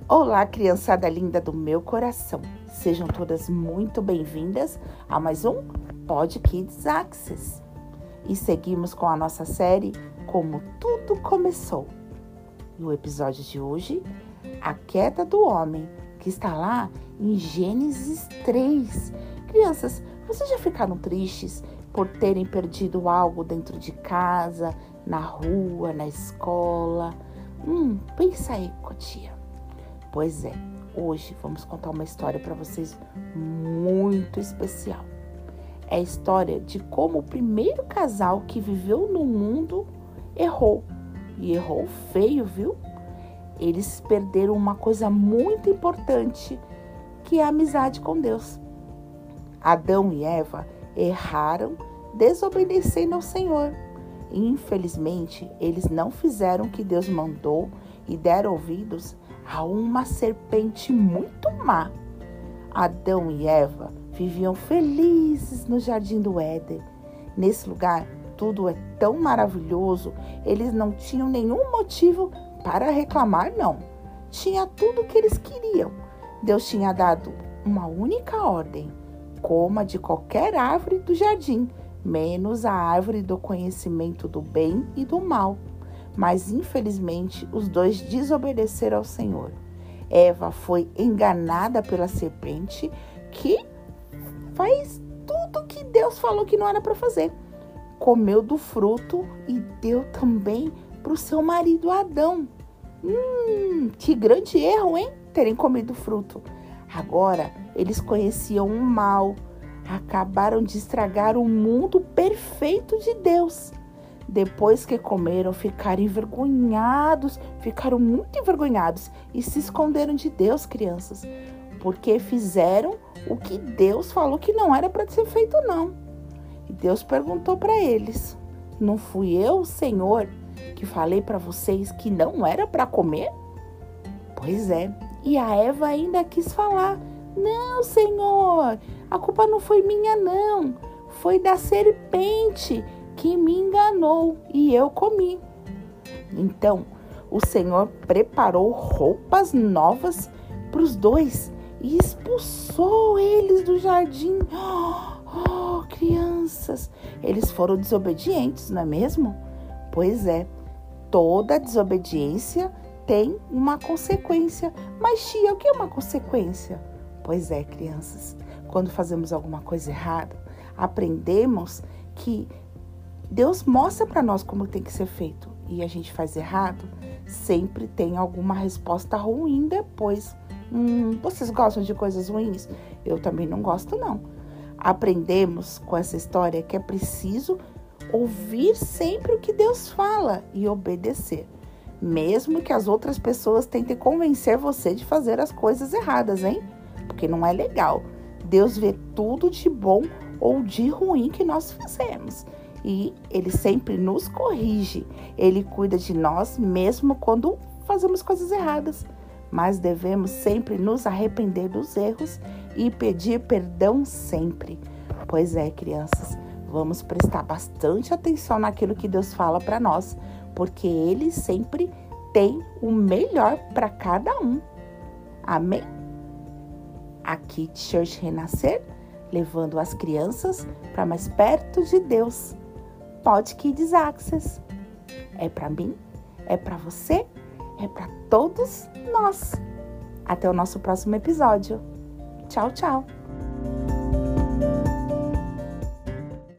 Olá, criançada linda do meu coração. Sejam todas muito bem-vindas a mais um Pod Kids Access. E seguimos com a nossa série Como Tudo Começou. E o episódio de hoje, a queda do homem, que está lá em Gênesis 3. Crianças, vocês já ficaram tristes por terem perdido algo dentro de casa, na rua, na escola? Pensa aí, Cotia. Pois é, hoje vamos contar uma história para vocês muito especial. É a história de como o primeiro casal que viveu no mundo errou. E errou feio, viu? Eles perderam uma coisa muito importante, que é a amizade com Deus. Adão e Eva erraram, desobedecendo ao Senhor. E, infelizmente, eles não fizeram o que Deus mandou e deram ouvidos a uma serpente muito má. Adão e Eva viviam felizes no jardim do Éden. Nesse lugar, tudo é tão maravilhoso, eles não tinham nenhum motivo para reclamar, não. Tinha tudo o que eles queriam. Deus tinha dado uma única ordem: coma de qualquer árvore do jardim, menos a árvore do conhecimento do bem e do mal. Mas, infelizmente, os dois desobedeceram ao Senhor. Eva foi enganada pela serpente, que faz tudo que Deus falou que não era para fazer. Comeu do fruto e deu também para o seu marido Adão. Que grande erro, hein? Terem comido o fruto. Agora, eles conheciam o mal. Acabaram de estragar o mundo perfeito de Deus. Depois que comeram, ficaram muito envergonhados e se esconderam de Deus, crianças, porque fizeram o que Deus falou que não era para ser feito, não. E Deus perguntou para eles: não fui eu, Senhor, que falei para vocês que não era para comer? Pois é, e a Eva ainda quis falar: não, Senhor, a culpa não foi minha, não, foi da serpente que me enganou e eu comi. Então, o Senhor preparou roupas novas para os dois e expulsou eles do jardim. Crianças, eles foram desobedientes, não é mesmo? Pois é, toda desobediência tem uma consequência. Mas, tia, o que é uma consequência? Pois é, crianças, quando fazemos alguma coisa errada, aprendemos que Deus mostra para nós como tem que ser feito e a gente faz errado, sempre tem alguma resposta ruim depois. Vocês gostam de coisas ruins? Eu também não gosto, não. Aprendemos com essa história que é preciso ouvir sempre o que Deus fala e obedecer, mesmo que as outras pessoas tentem convencer você de fazer as coisas erradas, hein? Porque não é legal. Deus vê tudo de bom ou de ruim que nós fazemos. E Ele sempre nos corrige. Ele cuida de nós mesmo quando fazemos coisas erradas. Mas devemos sempre nos arrepender dos erros e pedir perdão sempre. Pois é, crianças, vamos prestar bastante atenção naquilo que Deus fala para nós, porque Ele sempre tem o melhor para cada um. Amém? Aqui, Church Renascer, levando as crianças para mais perto de Deus. Pod Kids Access. É para mim, é para você, é para todos nós. Até o nosso próximo episódio. Tchau, tchau.